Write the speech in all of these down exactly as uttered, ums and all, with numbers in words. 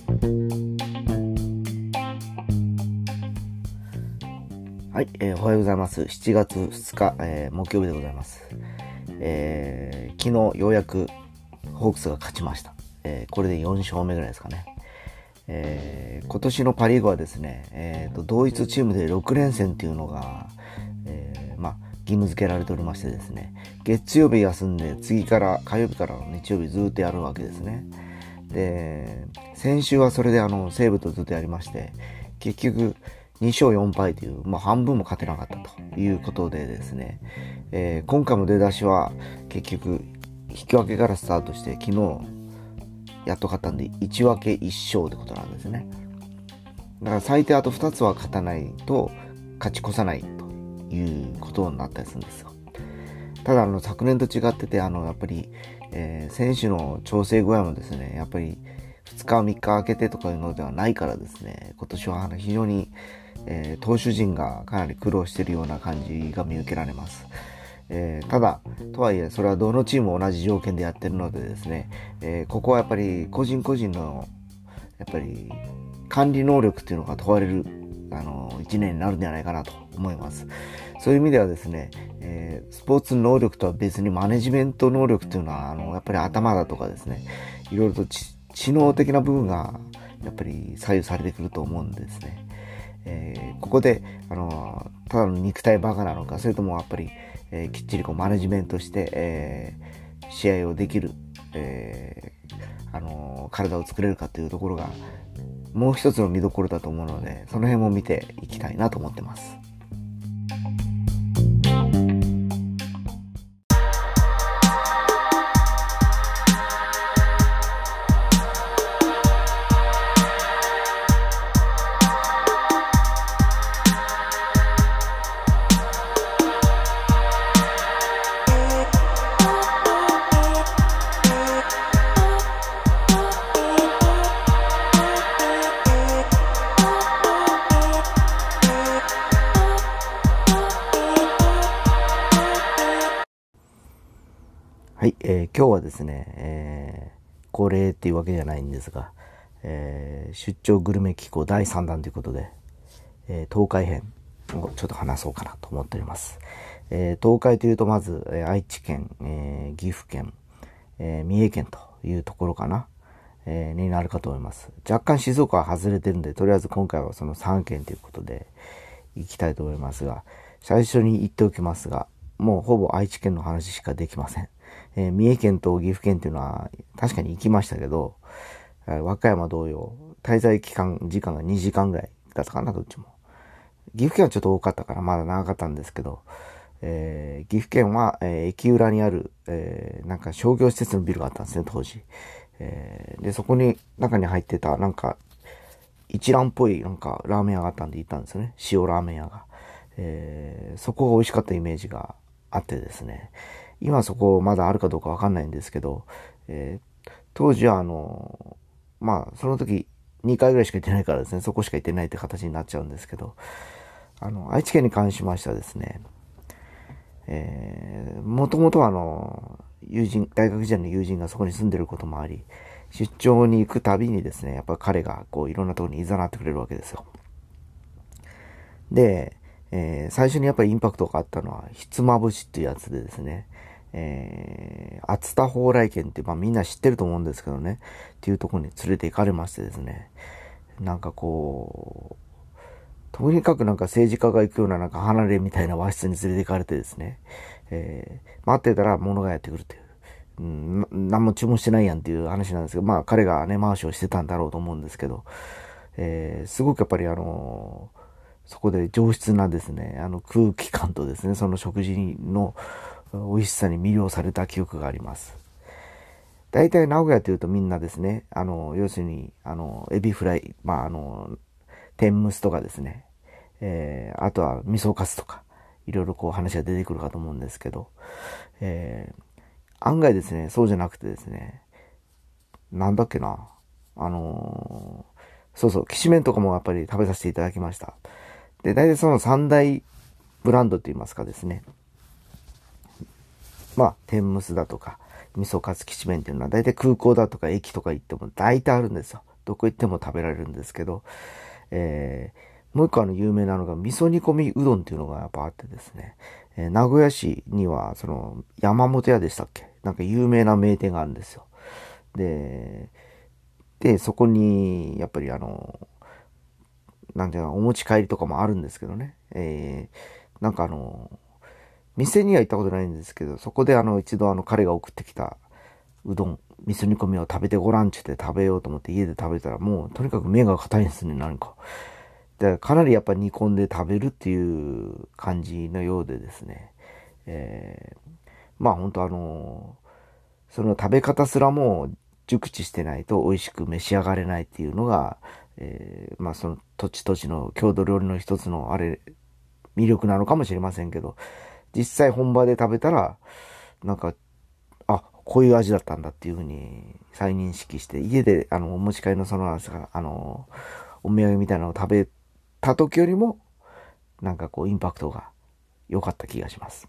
はい、えー、おはようございます。しちがつふつか、えー、木曜日でございます。えー、昨日ようやくホークスが勝ちました。えー、これでよんしょうめぐらいですかね。えー、今年のパリーグはですね、えーと、同一チームでろくれんせんっていうのが、えー、まあ、義務付けられておりましてですね、月曜日休んで次から火曜日からの日曜日ずっとやるわけですね。で、先週はそれであの西武とずっとやりまして、結局にしょうよんぱいという、まあ、半分も勝てなかったということでですね、えー、今回も出だしは結局引き分けからスタートして、昨日やっと勝ったんでいちわけいっしょうってことなんですね。だから最低あとふたつは勝たないと勝ち越さないということになったりするんですよ。ただあの昨年と違ってて、あのやっぱり、えー、選手の調整具合もですね、やっぱりふつかみっか空けてとかいうのではないからですね、今年は非常に、えー、投手陣がかなり苦労しているような感じが見受けられます。えー、ただとはいえそれはどのチームも同じ条件でやってるのでですね、えー、ここはやっぱり個人個人のやっぱり管理能力っていうのが問われるあのいちねんになるんじゃないかなと思います。そういう意味ではですね、えー、スポーツ能力とは別にマネジメント能力っていうのはあのやっぱり頭だとかですね、いろいろと知能的な部分がやっぱり左右されてくると思うんですね。えー、ここであのただの肉体バカなのか、それともやっぱり、えー、きっちりこうマネジメントして、えー、試合をできる、えーあの体を作れるかというところがもう一つの見どころだと思うので、その辺も見ていきたいなと思ってます。はい、えー、今日はですね、えー、恒例っていうわけじゃないんですが、えー、出張グルメ機構だいさんだんということで、えー、東海編をちょっと話そうかなと思っております。えー、東海というとまず、えー、愛知県、えー、岐阜県、えー、三重県というところかな、えー、になるかと思います。若干静岡は外れてるんで、とりあえず今回はそのさんけんということで行きたいと思いますが、最初に言っておきますが、もうほぼ愛知県の話しかできません。えー、三重県と岐阜県っていうのは確かに行きましたけど、えー、和歌山同様、滞在期間、時間がにじかんぐらいだったかな、どっちも。岐阜県はちょっと多かったからまだ長かったんですけど、えー、岐阜県は、えー、駅裏にある、えー、なんか商業施設のビルがあったんですね、当時。えー、で、そこに中に入ってた、なんか、一蘭っぽいなんかラーメン屋があったんで行ったんですよね。塩ラーメン屋が。えー、そこが美味しかったイメージがあってですね。今そこまだあるかどうかわかんないんですけど、えー、当時はあの、まあ、その時にかいぐらいしか行ってないからですね、そこしか行ってないって形になっちゃうんですけど、あの、愛知県に関しましてはですね、えー、もともとはあの、友人、大学時代の友人がそこに住んでることもあり、出張に行くたびにですね、やっぱり彼がこういろんなところに誘ってくれるわけですよ。で、えー、最初にやっぱりインパクトがあったのは、ひつまぶしっていうやつでですね、えー、熱田蓬莱軒って、まあみんな知ってると思うんですけどね、っていうところに連れて行かれましてですね、なんかこう、とにかくなんか政治家が行くようななんか離れみたいな和室に連れて行かれてですね、えー、待ってたら物がやってくるという。うん、何も注文してないやんっていう話なんですけど、まあ彼がね、回しをしてたんだろうと思うんですけど、えー、すごくやっぱりあのー、そこで上質なですね、あの空気感とですね、その食事の美味しさに魅了された記憶があります。大体名古屋というとみんなですね、あの、要するに、あの、エビフライ、まああの、天むすとかですね、えー、あとは味噌カツとか、いろいろこう話が出てくるかと思うんですけど、えー、案外ですね、そうじゃなくてですね、なんだっけな、あのー、そうそう、きしめんとかもやっぱり食べさせていただきました。で、大体その三大ブランドって言いますかですね、まあ、天むすだとか、味噌カツきしめんっていうのは大体空港だとか駅とか行っても大体あるんですよ。 どこ行っても食べられるんですけど、えー、もう一個あの有名なのが味噌煮込みうどんっていうのがやっぱあってですね、えー、名古屋市にはその山本屋でしたっけ、なんか有名な名店があるんですよ。で、で、そこにやっぱりあの、なんていうの、お持ち帰りとかもあるんですけどね、えー、なんかあの、店には行ったことないんですけど、そこであの一度あの彼が送ってきたうどん、味噌煮込みを食べてごらんって言って食べようと思って家で食べたらもうとにかく目が硬いんですね、何か。で、かなりやっぱ煮込んで食べるっていう感じのようでですね。えー、まあ本当あのー、その食べ方すらも熟知してないと美味しく召し上がれないっていうのが、えー、まあその土地土地の郷土料理の一つのあれ、魅力なのかもしれませんけど、実際本場で食べたら、なんか、あ、こういう味だったんだっていうふうに再認識して、家であのお持ち帰りのそのあの、お土産みたいなのを食べた時よりも、なんかこうインパクトが良かった気がします。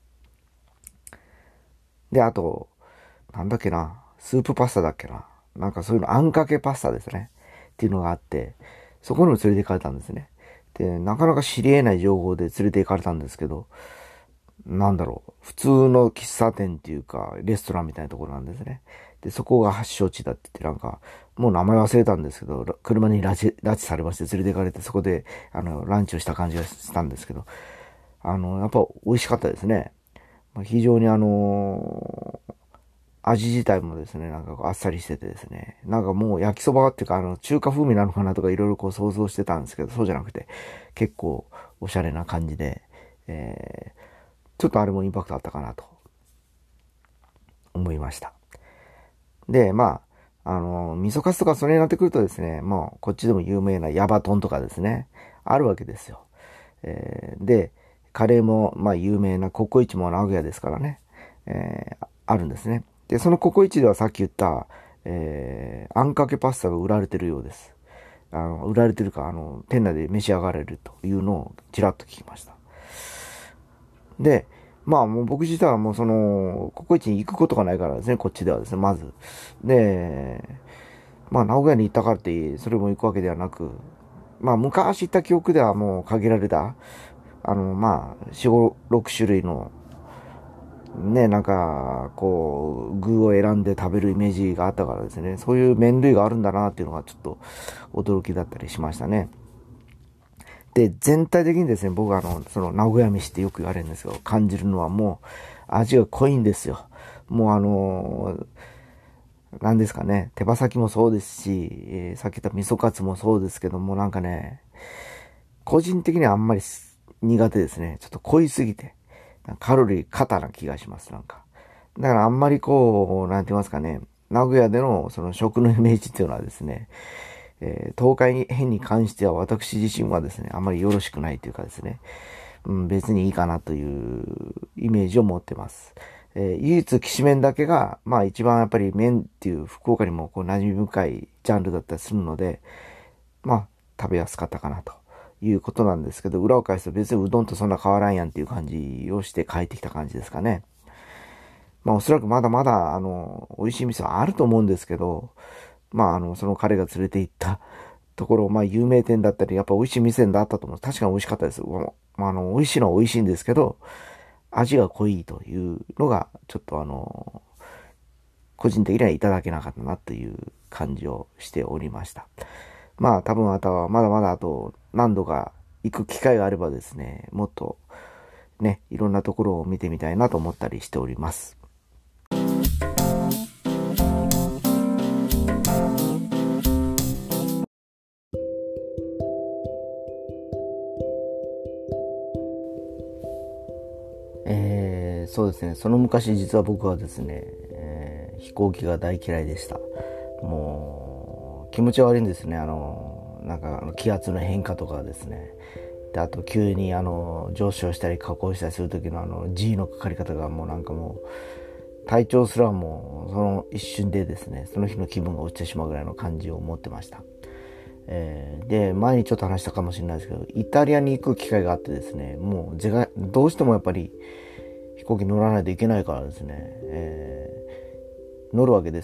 で、あと、なんだっけな、スープパスタだっけな。なんかそういうの、あんかけパスタですね。っていうのがあって、そこにも連れて行かれたんですね。で、なかなか知り得ない情報で連れて行かれたんですけど、なんだろう、普通の喫茶店っていうか、レストランみたいなところなんですね。で、そこが発祥地だって言って、なんか、もう名前忘れたんですけど、車に拉致、拉致されまして連れて行かれて、そこで、あの、ランチをした感じがしたんですけど、あの、やっぱ美味しかったですね。非常にあのー味自体もですね、なんかあっさりしててですね、なんかもう焼きそばっていうか、あの、中華風味なのかなとかいろいろこう想像してたんですけど、そうじゃなくて、結構おしゃれな感じで、えー、ちょっとあれもインパクトあったかなと思いました。で、まあ、あの、味噌カツとかそれになってくるとですね、もうこっちでも有名なヤバトンとかですね、あるわけですよ。えー、で、カレーも、まあ有名なココイチも名古屋ですからね、えー、あるんですね。で、そのココイチではさっき言った、えー、あんかけパスタが売られてるようです。あの、売られてるか、あの、店内で召し上がれるというのをちらっと聞きました。で、まあもう僕自体はもうその、ココイチに行くことがないからですね、こっちではですね、まず。で、まあ名古屋に行ったからって、それも行くわけではなく、まあ昔行った記憶ではもう限られた、あの、まあ、よん、ご、ろく種類の、ね、なんか、こう、具を選んで食べるイメージがあったからですね、そういう麺類があるんだなっていうのがちょっと驚きだったりしましたね。で、全体的にですね、僕はあの、その名古屋飯ってよく言われるんですけど、感じるのはもう味が濃いんですよ。もうあのー、なんですかね、手羽先もそうですし、えー、さっき言った味噌カツもそうですけども、なんかね、個人的にはあんまり苦手ですね。ちょっと濃いすぎて。カロリー過多な気がします、なんか。だからあんまりこう、なんて言いますかね、名古屋でのその食のイメージっていうのはですね、えー、東海編に関しては私自身はですね、あまりよろしくないというかですね、うん、別にいいかなというイメージを持ってます。えー、唯一きしめんだけが、まあ一番やっぱり麺っていう福岡にもこう馴染み深いジャンルだったりするので、まあ食べやすかったかなということなんですけど、裏を返すと別にうどんとそんな変わらんやんっていう感じをして帰ってきた感じですかね。まあおそらくまだまだあの、美味しい店はあると思うんですけど、まああの、その彼が連れて行ったところ、まあ有名店だったり、やっぱ美味しい店だったと思う。確かに美味しかったです。まああの、美味しいのは美味しいんですけど、味が濃いというのが、ちょっとあの、個人的にはいただけなかったなという感じをしておりました。まあ多分あとはまだまだあと何度か行く機会があればですね、もっとね、いろんなところを見てみたいなと思ったりしております。えー、そうですね、その昔実は僕はですね、えー、飛行機が大嫌いでした。もう気持ち悪いんですね。あのなんかあの気圧の変化とかですね。であと急にあの上昇したり下降したりする時のあの G のかかり方がもうなんかもう体調すらもうその一瞬でですね、その日の気分が落ちてしまうぐらいの感じを持ってました。えー、で前にちょっと話したかもしれないですけど、イタリアに行く機会があってですね、もうぜがどうしてもやっぱり飛行機乗らないといけないからですね、えー、乗るわけですよ。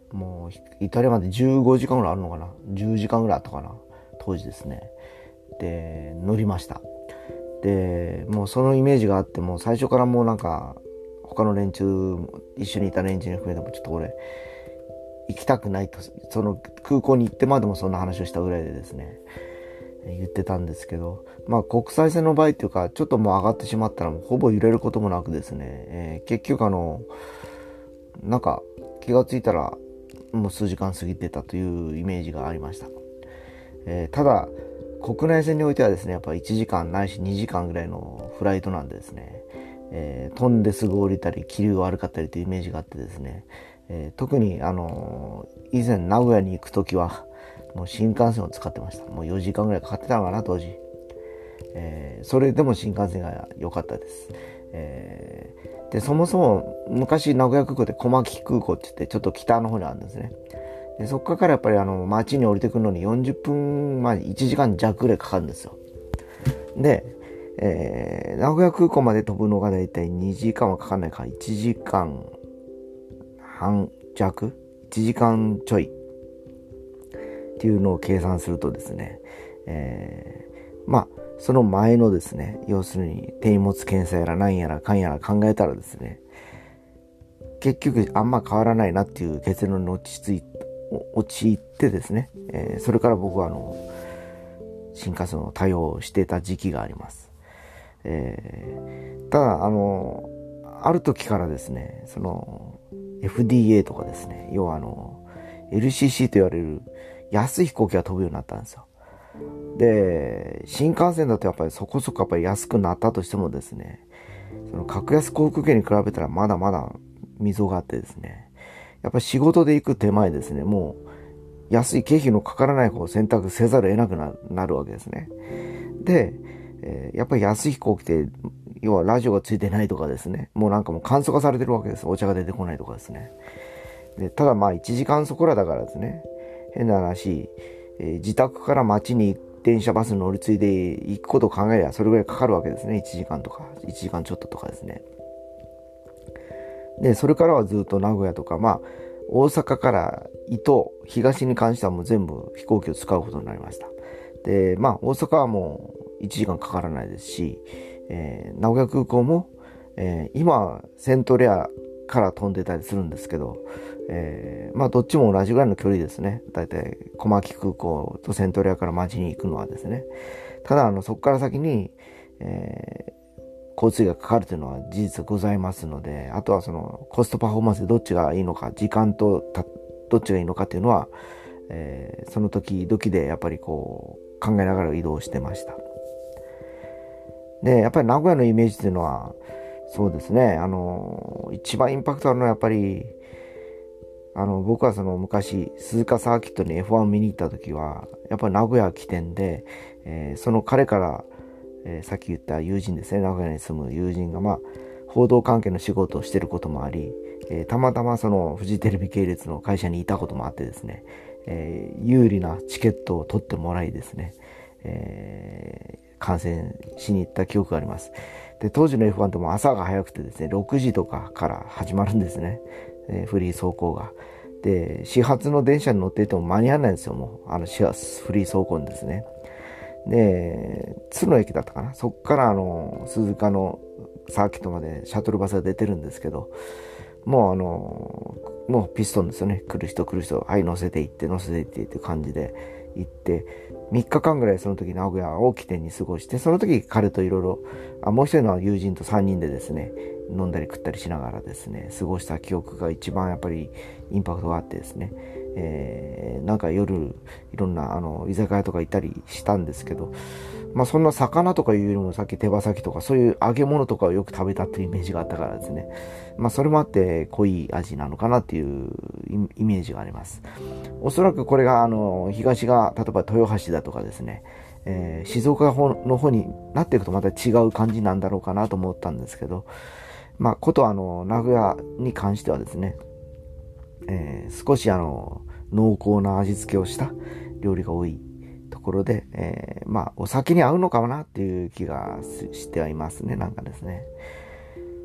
もうイタリアまでじゅうごじかんぐらいあるのかな、じゅうじかんぐらいあったかな、当時ですね。で乗りました。でもうそのイメージがあって、もう最初からもうなんか他の連中、一緒にいた連中に含めてもちょっと俺行きたくないと、その空港に行ってまでもそんな話をしたぐらいでですね言ってたんですけど、まあ国際線の場合っていうか、ちょっともう上がってしまったらもうほぼ揺れることもなくですね、えー、結局あのなんか気がついたらもう数時間過ぎてたというイメージがありました。えー、ただ国内線においてはですね、やっぱいちじかんないしにじかんぐらいのフライトなんでですね、えー、飛んですぐ降りたり気流が悪かったりというイメージがあってですね、えー、特にあのー、以前名古屋に行くときはもう新幹線を使ってました。もうよじかんぐらいかかってたのかな当時、えー、それでも新幹線が良かったです。えー、でそもそも昔名古屋空港って小牧空港って言ってちょっと北の方にあるんですね。でそこからやっぱりあの街に降りてくるのによんじゅっぷん、まあいちじかん弱ぐらいかかるんですよ。で、えー、名古屋空港まで飛ぶのがだいたいにじかんはかかんないからいちじかんはん弱 ?いち 時間ちょいっていうのを計算するとですね、えー、まあその前のですね、要するに手荷物検査やら何やらかんやら考えたらですね、結局あんま変わらないなっていう結論に落ち着い陥ってですね、えー、それから僕はあの新幹線を対応してた時期があります。えー、ただあのある時からですね、その エフディーエー とかですね、要はあの エルシーシー と言われる安い飛行機が飛ぶようになったんですよ。で新幹線だとやっぱりそこそこやっぱり安くなったとしてもですね、その格安航空券に比べたらまだまだ溝があってですね、やっぱり仕事で行く手前ですね、もう安い経費のかからない方を選択せざるを得なく な, なるわけですね。で、えー、やっぱり安い飛行機って要はラジオがついてないとかですね、もうなんかもう簡素化されてるわけです。お茶が出てこないとかですね。でただまあいちじかんそこらだからですね、変な話、えー、自宅から街に電車バスに乗り継いで行くことを考えればそれぐらいかかるわけですね。いちじかんとかいちじかんちょっととかですね。でそれからはずっと名古屋とか、まあ大阪から伊東東に関してはもう全部飛行機を使うことになりました。でまあ大阪はもういちじかんかからないですし、えー、名古屋空港も、えー、今セントレアから飛んでたりするんですけど、えー、まあどっちも同じぐらいの距離ですね。だいたい小牧空港とセントレアから街に行くのはですね。ただあのそこから先に、えー、交通費がかかるというのは事実ございますので、あとはそのコストパフォーマンスでどっちがいいのか、時間とたどっちがいいのかっていうのは、えー、その時々でやっぱりこう考えながら移動してました。でやっぱり名古屋のイメージっていうのはそうですね、あの一番インパクトあるのはやっぱりあの僕はその昔鈴鹿サーキットに エフワン を見に行った時はやっぱり名古屋起点で、えー、その彼から、えー、さっき言った友人ですね、名古屋に住む友人がまあ報道関係の仕事をしていることもあり、えー、たまたまそのフジテレビ系列の会社にいたこともあってですね、えー、有利なチケットを取ってもらいですね、えー、観戦しに行った記憶があります。で当時の エフワン っても朝が早くてですね、ろくじとかから始まるんですね、えー、フリー走行が。で始発の電車に乗っていても間に合わないんですよ。もうあの始発フリー走行にですね。で津野駅だったかな、そっからあの鈴鹿のサーキットまでシャトルバスが出てるんですけど、もうあのもうピストンですよね。来る人来る人、はい乗せていって乗せていってっていう感じで行ってみっかかんぐらいその時名古屋を起点に過ごして、その時彼といろいろ、あもう一人の友人とさんにんでですね飲んだり食ったりしながらですね過ごした記憶が一番やっぱりインパクトがあってですね、えー、なんか夜いろんなあの居酒屋とか行ったりしたんですけど、まあそんな魚とかいうよりもさっき手羽先とかそういう揚げ物とかをよく食べたっていうイメージがあったからですね、まあそれもあって濃い味なのかなっていうイメージがあります。おそらくこれがあの東が例えば豊橋だとかですね、えー、静岡の方になっていくとまた違う感じなんだろうかなと思ったんですけど、まあことあの名古屋に関してはですね、えー、少しあの濃厚な味付けをした料理が多いところで、えー、まあお酒に合うのかなっていう気がしてはいますね、なんかですね。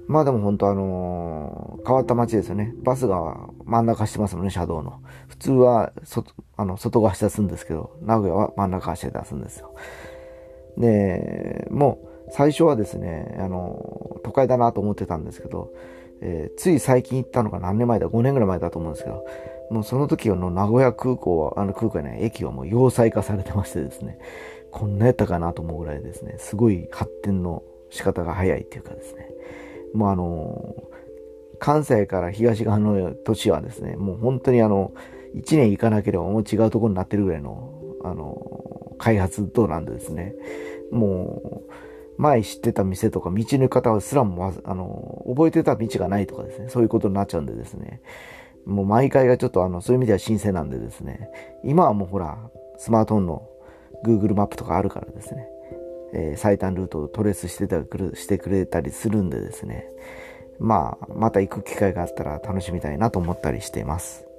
まあでも本当あのー変わった街ですよね。バスが真ん中走ってますもんね、車道の。普通は外、あの、外側走らすんですけど、名古屋は真ん中走って出すんですよ。で、もう最初はですね、あの、都会だなと思ってたんですけど、えーつい最近行ったのが何年前だ、ごねんぐらい前だと思うんですけど、もうその時の名古屋空港は、あの空港やね、駅はもう要塞化されてましてですね、こんなやったかなと思うぐらいですね、すごい発展の仕方が早いっていうかですね、もうあの、関西から東側の都市はですね、もう本当にあの、いちねん行かなければもう違うところになってるぐらいの、あの、開発度なんでですね、もう、前知ってた店とか道の方すらも、あの、覚えてた道がないとかですね、そういうことになっちゃうんでですね、もう毎回がちょっとあの、そういう意味では新鮮なんでですね、今はもうほら、スマートフォンの Google マップとかあるからですね、えー最短ルートをトレースしてたりしてくれたりするんでですね、まあ、また行く機会があったら楽しみたいなと思ったりしています。